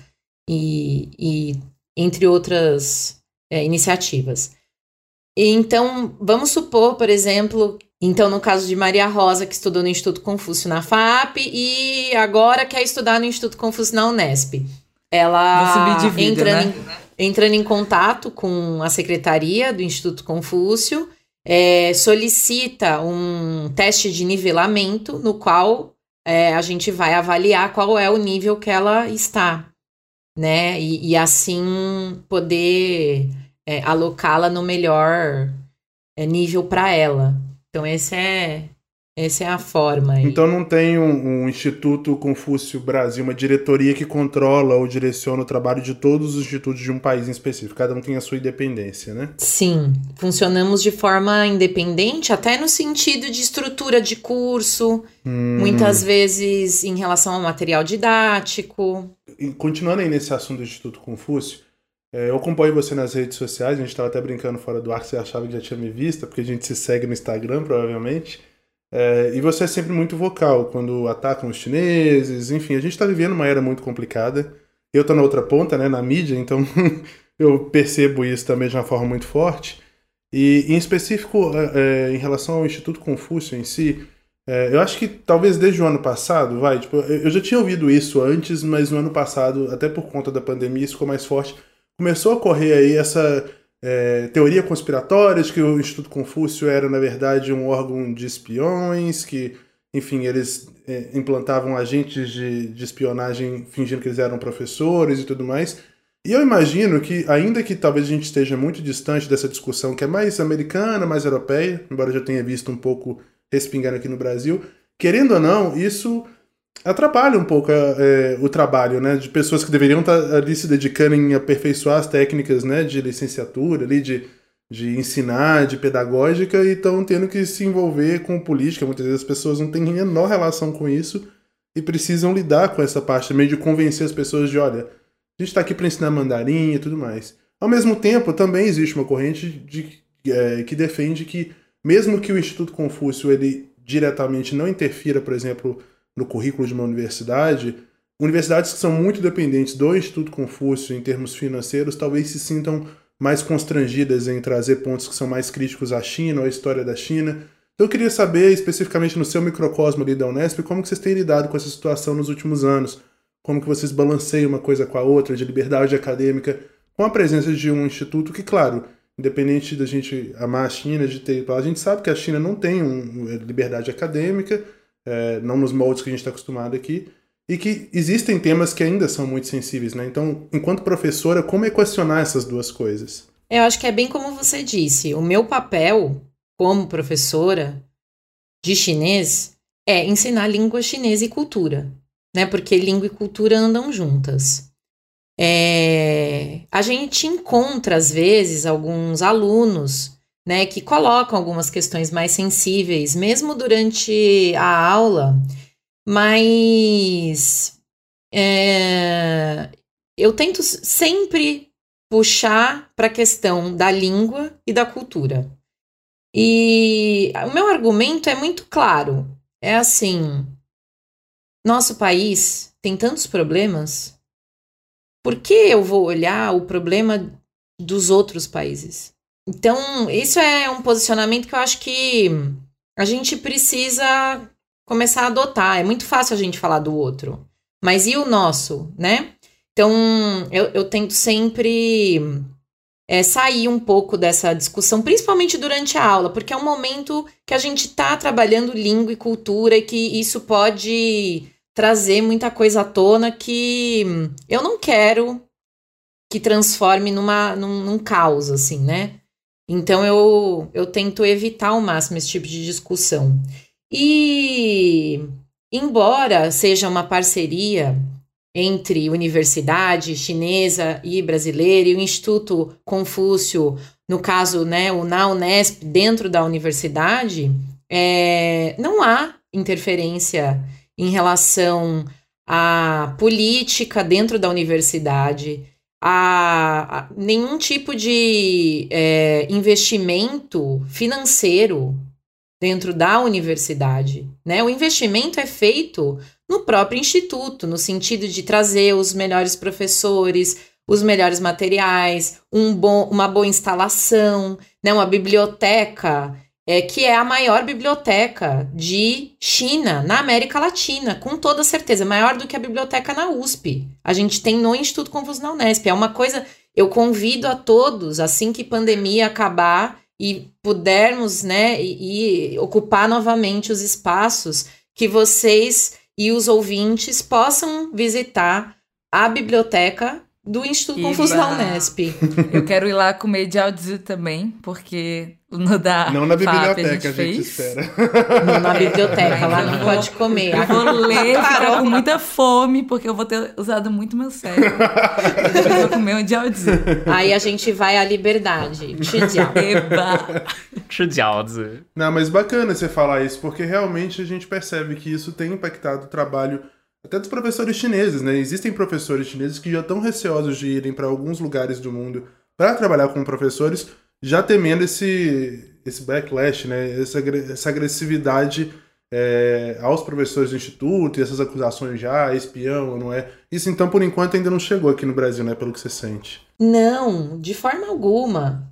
e entre outras iniciativas. Então, vamos supor, por exemplo, no caso de Maria Rosa, que estudou no Instituto Confúcio na FAAP e agora quer estudar no Instituto Confúcio na Unesp. Ela entrando em contato com a secretaria do Instituto Confúcio, solicita um teste de nivelamento no qual a gente vai avaliar qual é o nível que ela está, né? E assim poder alocá-la no melhor nível para ela. Então essa é a forma aí. Então não tem um Instituto Confúcio Brasil, uma diretoria que controla ou direciona o trabalho de todos os institutos de um país em específico. Cada um tem a sua independência, né? Sim, funcionamos de forma independente, até no sentido de estrutura de curso, muitas vezes em relação ao material didático. E continuando aí nesse assunto do Instituto Confúcio, eu acompanho você nas redes sociais, a gente estava até brincando fora do ar que você achava que já tinha me visto, porque a gente se segue no Instagram, provavelmente. E você é sempre muito vocal quando atacam os chineses, enfim, a gente está vivendo uma era muito complicada. Eu estou na outra ponta, né, na mídia, então eu percebo isso também de uma forma muito forte. E em específico, em relação ao Instituto Confúcio em si, eu acho que talvez desde o ano passado, eu já tinha ouvido isso antes, mas no ano passado, até por conta da pandemia, isso ficou mais forte. Começou a ocorrer aí essa teoria conspiratória de que o Instituto Confúcio era, na verdade, um órgão de espiões, que, enfim, eles implantavam agentes de espionagem fingindo que eles eram professores e tudo mais. E eu imagino que, ainda que talvez a gente esteja muito distante dessa discussão que é mais americana, mais europeia, embora eu já tenha visto um pouco respingando aqui no Brasil, querendo ou não, isso atrapalha um pouco o trabalho, né, de pessoas que deveriam estar ali se dedicando em aperfeiçoar as técnicas, né, de licenciatura, ali, de ensinar, de pedagógica, e estão tendo que se envolver com política. Muitas vezes as pessoas não têm a menor relação com isso e precisam lidar com essa parte também de convencer as pessoas de, olha, a gente está aqui para ensinar mandarim e tudo mais. Ao mesmo tempo, também existe uma corrente que defende que, mesmo que o Instituto Confúcio ele diretamente não interfira, por exemplo, no currículo de uma universidade, universidades que são muito dependentes do Instituto Confúcio em termos financeiros talvez se sintam mais constrangidas em trazer pontos que são mais críticos à China ou à história da China. Então eu queria saber, especificamente no seu microcosmo ali da Unesp, como que vocês têm lidado com essa situação nos últimos anos, como que vocês balanceiam uma coisa com a outra, de liberdade acadêmica, com a presença de um instituto que, claro, independente da gente amar a China, a gente sabe que a China não tem liberdade acadêmica, não nos moldes que a gente está acostumado aqui, e que existem temas que ainda são muito sensíveis, né? Então, enquanto professora, como equacionar essas duas coisas? Eu acho que é bem como você disse. O meu papel como professora de chinês é ensinar língua chinesa e cultura, né? Porque língua e cultura andam juntas. A gente encontra, às vezes, alguns alunos, né, que colocam algumas questões mais sensíveis, mesmo durante a aula, mas eu tento sempre puxar para a questão da língua e da cultura. E o meu argumento é muito claro. É assim, nosso país tem tantos problemas, por que eu vou olhar o problema dos outros países? Então, isso é um posicionamento que eu acho que a gente precisa começar a adotar. É muito fácil a gente falar do outro. Mas e o nosso, né? Então, eu tento sempre sair um pouco dessa discussão, principalmente durante a aula, porque é um momento que a gente está trabalhando língua e cultura e que isso pode trazer muita coisa à tona que eu não quero que transforme num caos, assim, né? Então, eu tento evitar ao máximo esse tipo de discussão. E, embora seja uma parceria entre universidade chinesa e brasileira e o Instituto Confúcio, no caso, né, na Unesp, dentro da universidade, não há interferência em relação à política dentro da universidade, a nenhum tipo de investimento financeiro dentro da universidade, né? O investimento é feito no próprio instituto, no sentido de trazer os melhores professores, os melhores materiais, uma boa instalação, né? Uma biblioteca que é a maior biblioteca de China na América Latina, com toda certeza, maior do que a biblioteca na USP. A gente tem no Instituto Confúcio na Unesp. É uma coisa, eu convido a todos, assim que a pandemia acabar e pudermos, né, e ocupar novamente os espaços, que vocês e os ouvintes possam visitar a biblioteca do Instituto Confúcio na Unesp. Eu quero ir lá comer jiaozi também, porque no da não na FAP biblioteca, a gente fez. espera. Não na biblioteca, lá não pode comer. Eu vou ler, ficar com muita fome, porque eu vou ter usado muito meu cérebro. Eu vou comer um jiaozi. Aí a gente vai à Liberdade. Eba! Chudialzi. Não, mas bacana você falar isso, porque realmente a gente percebe que isso tem impactado o trabalho até dos professores chineses, né? Existem professores chineses que já estão receosos de irem para alguns lugares do mundo para trabalhar como professores, já temendo esse backlash, né? Essa agressividade aos professores do instituto e essas acusações já, espião, não é? Isso, então, por enquanto, ainda não chegou aqui no Brasil, né? Pelo que você sente. Não, de forma alguma.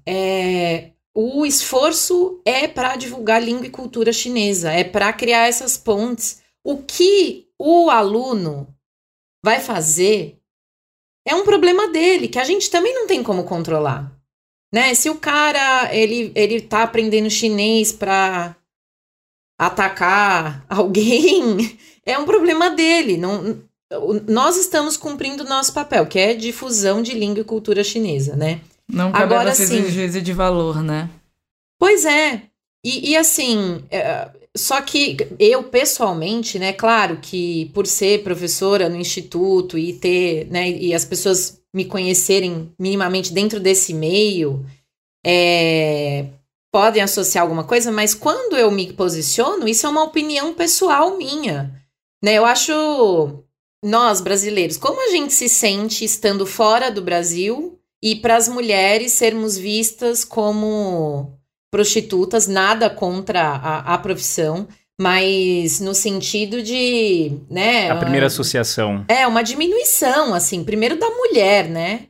O esforço é para divulgar língua e cultura chinesa, é para criar essas pontes. O que o aluno vai fazer é um problema dele, que a gente também não tem como controlar, né? Se o cara, ele tá aprendendo chinês para atacar alguém, é um problema dele. Não, nós estamos cumprindo o nosso papel, que é difusão de língua e cultura chinesa, né? Não cabe Agora, a vocês sim. o juízo de valor, né? Pois é. E assim, só que eu pessoalmente, né, claro que por ser professora no instituto e ter, né, e as pessoas me conhecerem minimamente dentro desse meio, podem associar alguma coisa, mas quando eu me posiciono, isso é uma opinião pessoal minha, né? Eu acho, nós brasileiros, como a gente se sente estando fora do Brasil e para as mulheres sermos vistas como prostitutas, nada contra a profissão, mas no sentido de, né? A primeira associação. Uma diminuição, assim, primeiro da mulher, né?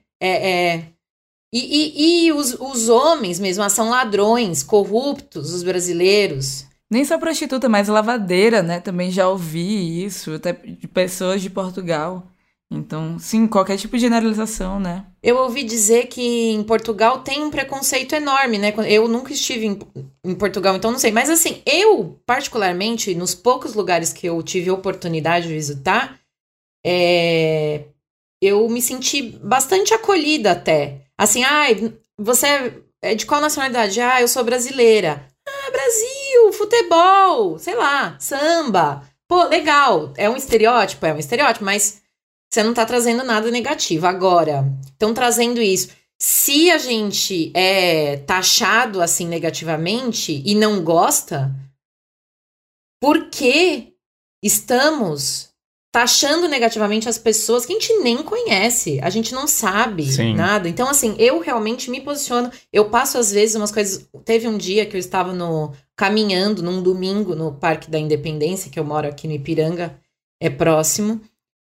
E os homens mesmo, são ladrões, corruptos, os brasileiros. Nem só prostituta, mas lavadeira, né? Também já ouvi isso, até de pessoas de Portugal. Então, sim, qualquer tipo de generalização, né? Eu ouvi dizer que em Portugal tem um preconceito enorme, né? Eu nunca estive em Portugal, então não sei. Mas assim, eu, particularmente, nos poucos lugares que eu tive oportunidade de visitar, eu me senti bastante acolhida até. Assim, você é de qual nacionalidade? Eu sou brasileira. Brasil, futebol, sei lá, samba. Pô, legal. É um estereótipo, mas você não tá trazendo nada negativo. Agora, estão trazendo isso. Se a gente é taxado assim negativamente e não gosta, por que estamos taxando negativamente as pessoas que a gente nem conhece? A gente não sabe nada. Então, assim, eu realmente me posiciono. Eu passo, às vezes, umas coisas... Teve um dia que eu estava caminhando num domingo no Parque da Independência, que eu moro aqui no Ipiranga, é próximo.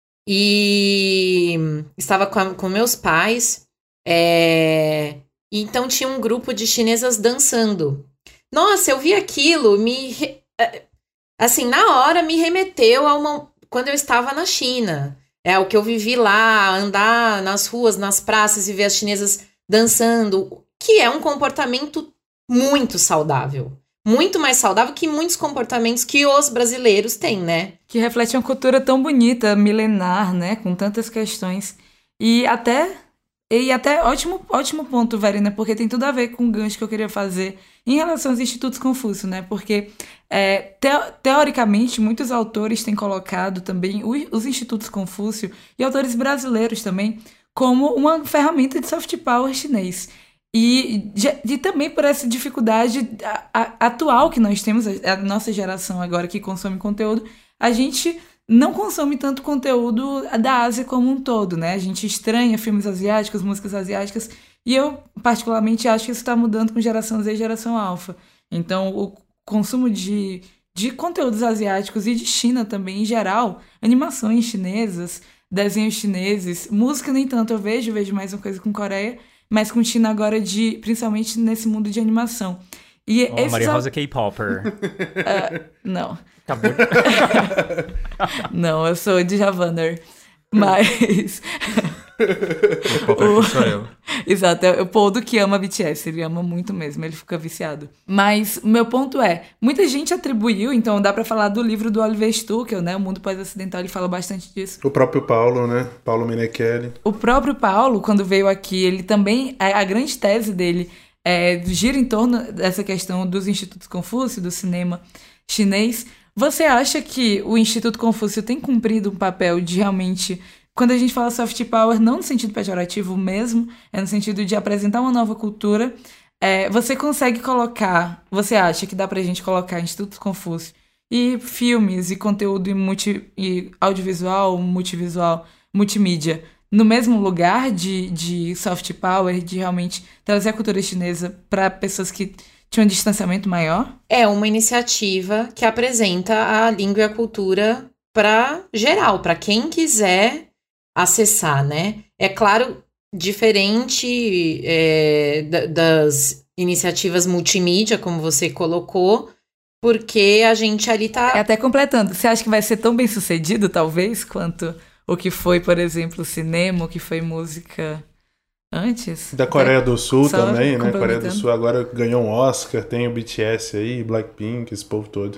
E estava com meus pais. Então tinha um grupo de chinesas dançando. Nossa, eu vi aquilo, assim, na hora me remeteu quando eu estava na China. O que eu vivi lá, andar nas ruas, nas praças e ver as chinesas dançando, que é um comportamento muito saudável. Muito mais saudável que muitos comportamentos que os brasileiros têm, né? Que reflete uma cultura tão bonita, milenar, né? Com tantas questões. E até ótimo ponto, Verena, porque tem tudo a ver com o gancho que eu queria fazer em relação aos Institutos Confúcio, né? Porque, teoricamente, muitos autores têm colocado também os Institutos Confúcio, e autores brasileiros também, como uma ferramenta de soft power chinês. E também por essa dificuldade atual que nós temos, a nossa geração agora que consome conteúdo, a gente não consome tanto conteúdo da Ásia como um todo, né? A gente estranha filmes asiáticos, músicas asiáticas, e eu particularmente acho que isso está mudando com geração Z e geração alfa. Então, o consumo de conteúdos asiáticos e de China também, em geral, animações chinesas, desenhos chineses, música nem tanto eu vejo mais uma coisa com Coreia, mas com China agora, principalmente nesse mundo de animação. E Maria Rosa K-Popper. Não. Acabou. Não, eu sou de Javaner. Mas... O sou eu. Exato, é o Poldo que ama BTS, ele ama muito mesmo, ele fica viciado. Mas o meu ponto muita gente atribuiu, então dá pra falar do livro do Oliver Stuckel, né, O Mundo Pós-Ocidental, ele fala bastante disso. O próprio Paulo, né, Paulo Menecheli. O próprio Paulo, quando veio aqui, ele também, a grande tese dele gira em torno dessa questão dos Institutos Confúcio, do cinema chinês. Você acha que o Instituto Confúcio tem cumprido um papel de realmente... Quando a gente fala soft power, não no sentido pejorativo mesmo, é no sentido de apresentar uma nova cultura, você consegue colocar, você acha que dá pra gente colocar Instituto Confúcio e filmes e conteúdo e audiovisual, multivisual, multimídia, no mesmo lugar de soft power, de realmente trazer a cultura chinesa para pessoas que tinham um distanciamento maior? É uma iniciativa que apresenta a língua e a cultura para geral, para quem quiser acessar, né? É claro, diferente das iniciativas multimídia, como você colocou, porque a gente ali tá... Até completando, você acha que vai ser tão bem sucedido, talvez, quanto o que foi, por exemplo, o cinema, o que foi música antes? Da Coreia do Sul Só também, né? Coreia do Sul agora ganhou um Oscar, tem o BTS aí, Blackpink, esse povo todo.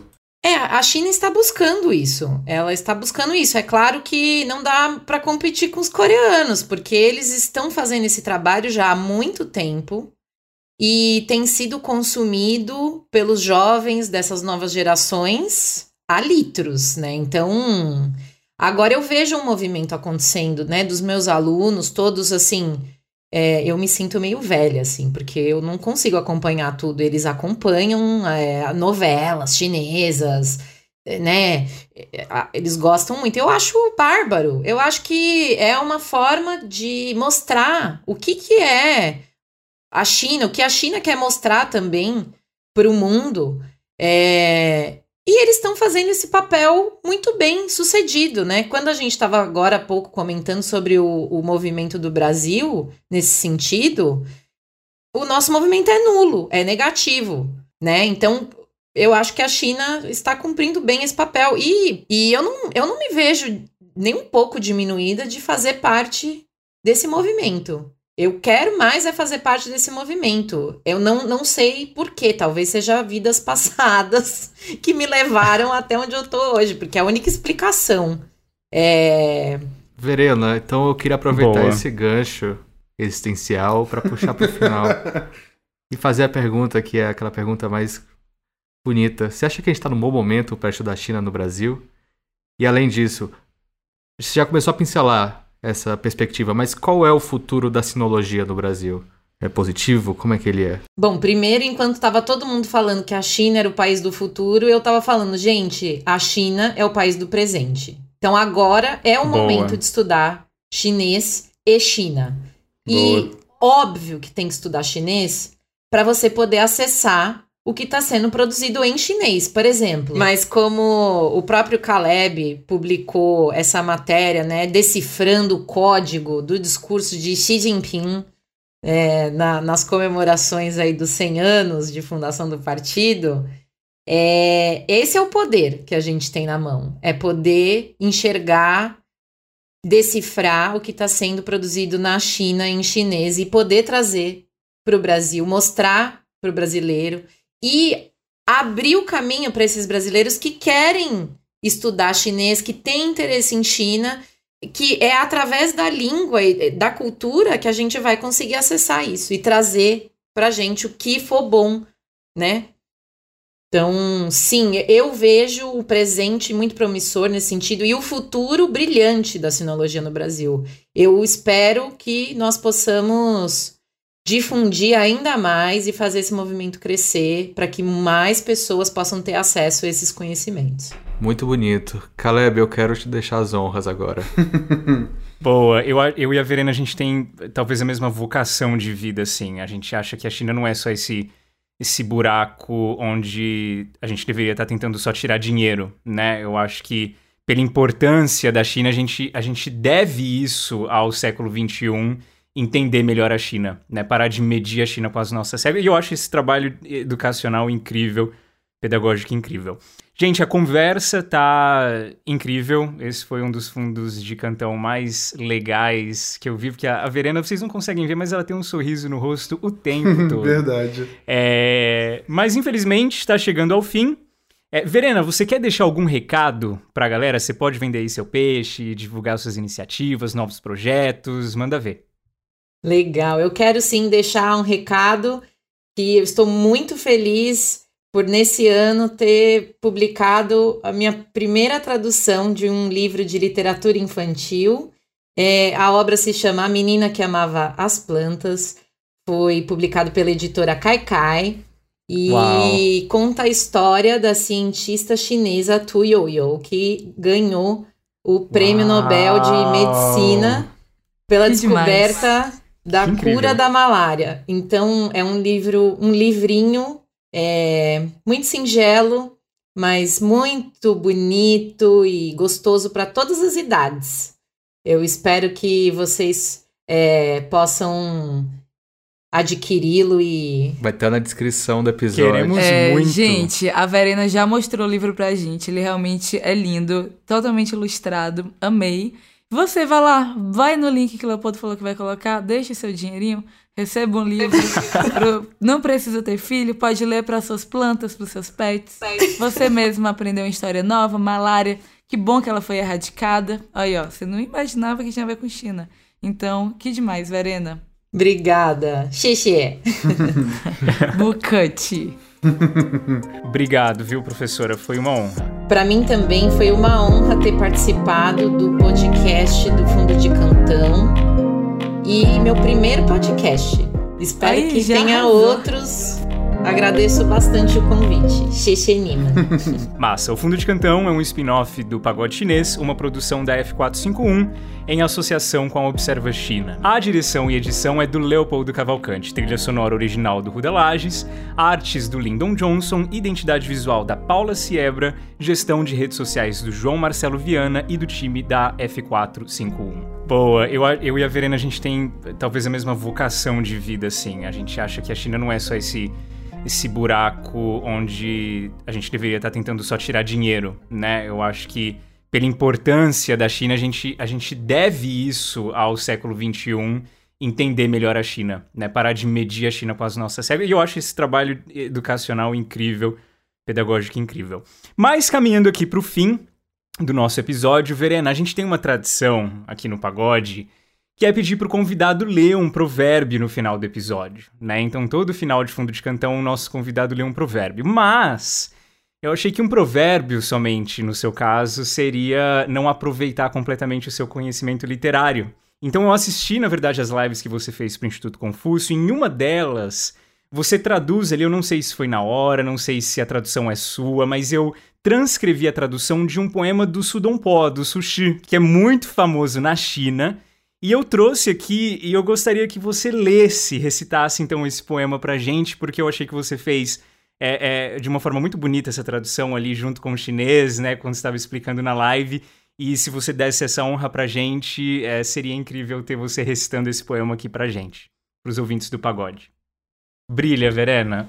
A China está buscando isso. Ela está buscando isso. É claro que não dá para competir com os coreanos, porque eles estão fazendo esse trabalho já há muito tempo e tem sido consumido pelos jovens dessas novas gerações há litros, né? Então, agora eu vejo um movimento acontecendo, né? Dos meus alunos, todos assim... eu me sinto meio velha, assim, porque eu não consigo acompanhar tudo. Eles acompanham novelas chinesas, né? Eles gostam muito. Eu acho bárbaro. Eu acho que é uma forma de mostrar o que é a China, o que a China quer mostrar também para o mundo. E eles estão fazendo esse papel muito bem sucedido, né? Quando a gente estava agora há pouco comentando sobre o movimento do Brasil, nesse sentido, o nosso movimento é nulo, é negativo, né? Então, eu acho que a China está cumprindo bem esse papel. E eu não me vejo nem um pouco diminuída de fazer parte desse movimento. Eu quero mais fazer parte desse movimento. Eu não sei por quê. Talvez seja vidas passadas que me levaram até onde eu tô hoje, porque é a única explicação. Verena, então eu queria aproveitar esse gancho existencial para puxar pro final e fazer a pergunta que é aquela pergunta mais bonita. Você acha que a gente tá num bom momento para estudar a China no Brasil? E além disso, você já começou a pincelar essa perspectiva, mas qual é o futuro da sinologia no Brasil? É positivo? Como é que ele é? Bom, primeiro, enquanto estava todo mundo falando que a China era o país do futuro, eu estava falando, gente, a China é o país do presente. Então agora é o momento de estudar chinês e China. E óbvio que tem que estudar chinês para você poder acessar o que está sendo produzido em chinês, por exemplo. Mas como o próprio Caleb publicou essa matéria, né, decifrando o código do discurso de Xi Jinping nas comemorações aí dos 100 anos de fundação do partido, esse é o poder que a gente tem na mão. É poder enxergar, decifrar o que está sendo produzido na China em chinês e poder trazer para o Brasil, mostrar para o brasileiro e abrir o caminho para esses brasileiros que querem estudar chinês, que têm interesse em China, que é através da língua e da cultura que a gente vai conseguir acessar isso e trazer para a gente o que for bom, né? Então, sim, eu vejo o presente muito promissor nesse sentido e o futuro brilhante da sinologia no Brasil. Eu espero que nós possamos difundir ainda mais e fazer esse movimento crescer para que mais pessoas possam ter acesso a esses conhecimentos. Muito bonito. Caleb, eu quero te deixar as honras agora. Boa, eu e a Verena, a gente tem talvez a mesma vocação de vida, assim. A gente acha que a China não é só esse buraco onde a gente deveria estar tentando só tirar dinheiro, né? Eu acho que pela importância da China, a gente deve isso ao século XXI, entender melhor a China, né? Parar de medir a China com as nossas regras. E eu acho esse trabalho educacional incrível, pedagógico incrível. Gente, a conversa tá incrível. Esse foi um dos fundos de cantão mais legais que eu vi, porque a Verena, vocês não conseguem ver, mas ela tem um sorriso no rosto o tempo todo. Verdade. Mas infelizmente está chegando ao fim. Verena, você quer deixar algum recado pra galera? Você pode vender aí seu peixe, divulgar suas iniciativas, novos projetos, manda ver. Legal, eu quero sim deixar um recado que eu estou muito feliz por nesse ano ter publicado a minha primeira tradução de um livro de literatura infantil. A obra se chama A Menina que Amava as Plantas, foi publicado pela editora Kaikai e conta a história da cientista chinesa Tu Youyou, que ganhou o Prêmio Nobel de Medicina pela descoberta da cura da malária. Então, é um livrinho muito singelo, mas muito bonito e gostoso para todas as idades. Eu espero que vocês possam adquiri-lo e... Vai estar na descrição do episódio. Queremos muito. Gente, a Verena já mostrou o livro pra gente. Ele realmente é lindo, totalmente ilustrado. Amei. Você vai lá, vai no link que o Leopoldo falou que vai colocar, deixa seu dinheirinho, receba um livro. Não precisa ter filho, pode ler para suas plantas, para os seus pets. Você mesmo aprendeu uma história nova, malária. Que bom que ela foi erradicada. Aí, ó, você não imaginava que tinha a ver com China. Então, que demais, Verena. Obrigada. Xexê. Bucate. Obrigado, viu, professora? Foi uma honra. Para mim também foi uma honra ter participado do podcast do Fundo de Cantão. E meu primeiro podcast. Espero que tenha arrasou. Outros. Agradeço bastante o convite. Xexê Nima. Massa. O Fundo de Cantão é um spin-off do Pagode Chinês, uma produção da F451, em associação com a Observa China. A direção e edição é do Leopoldo Cavalcante, trilha sonora original do Ruda Lages, artes do Lyndon Johnson, identidade visual da Paula Siebra, gestão de redes sociais do João Marcelo Viana e do time da F451. Boa, eu e a Verena, a gente tem talvez a mesma vocação de vida, assim. A gente acha que a China não é só esse buraco onde a gente deveria estar tentando só tirar dinheiro, né? Eu acho que pela importância da China, a gente deve isso ao século XXI, entender melhor a China, né? Parar de medir a China com as nossas regras. E eu acho esse trabalho educacional incrível, pedagógico incrível. Mas caminhando aqui para o fim do nosso episódio, Verena, a gente tem uma tradição aqui no Pagode que é pedir pro convidado ler um provérbio no final do episódio, né? Então, todo final de Fundo de Cantão, o nosso convidado lê um provérbio. Mas eu achei que um provérbio somente, no seu caso, seria não aproveitar completamente o seu conhecimento literário. Então, eu assisti, na verdade, as lives que você fez pro Instituto Confúcio. Em uma delas, você traduz ali, eu não sei se foi na hora, não sei se a tradução é sua, mas eu transcrevi a tradução de um poema do Sudonpó, do Sushi, que é muito famoso na China. E eu trouxe aqui, e eu gostaria que você recitasse então esse poema pra gente, porque eu achei que você fez de uma forma muito bonita essa tradução ali junto com o chinês, né, quando você estava explicando na live. E se você desse essa honra pra gente, seria incrível ter você recitando esse poema aqui pra gente, pros ouvintes do Pagode. Brilha, Verena.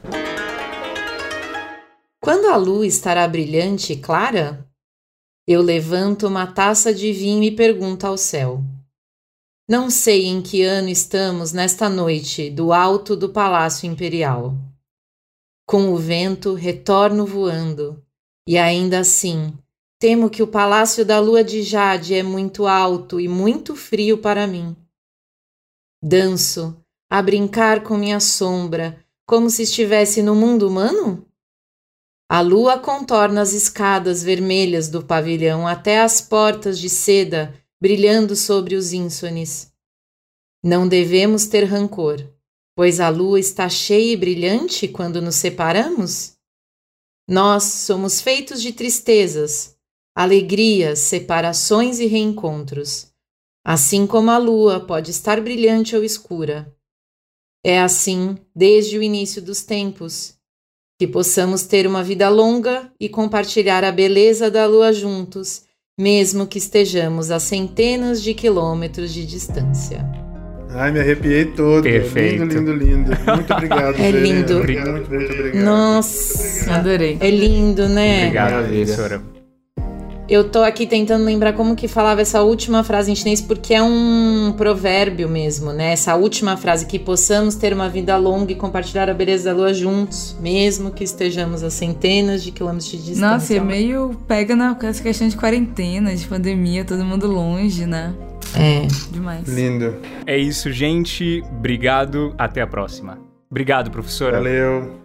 Quando a lua estará brilhante e clara, eu levanto uma taça de vinho e pergunto ao céu. Não sei em que ano estamos nesta noite do alto do Palácio Imperial. Com o vento retorno voando, e ainda assim temo que o Palácio da Lua de Jade é muito alto e muito frio para mim. Danço, a brincar com minha sombra, como se estivesse no mundo humano? A lua contorna as escadas vermelhas do pavilhão até as portas de seda brilhando sobre os ínsones. Não devemos ter rancor, pois a lua está cheia e brilhante quando nos separamos? Nós somos feitos de tristezas, alegrias, separações e reencontros, assim como a lua pode estar brilhante ou escura. É assim desde o início dos tempos, que possamos ter uma vida longa e compartilhar a beleza da lua juntos, mesmo que estejamos a centenas de quilômetros de distância. Ai, me arrepiei todo. Perfeito. Lindo, lindo, lindo. Muito obrigado, É Verena. lindo. Muito obrigado. Nossa, Adorei. é lindo, né? Obrigado, Maravilha. professora. Eu tô aqui tentando lembrar como que falava essa última frase em chinês, porque é um provérbio mesmo, né? Essa última frase, que possamos ter uma vida longa e compartilhar a beleza da lua juntos, mesmo que estejamos a centenas de quilômetros de distância. Nossa, é meio pega nessa questão de quarentena, de pandemia, todo mundo longe, né? É. Demais. Lindo. É isso, gente. Obrigado. Até a próxima. Obrigado, professora. Valeu.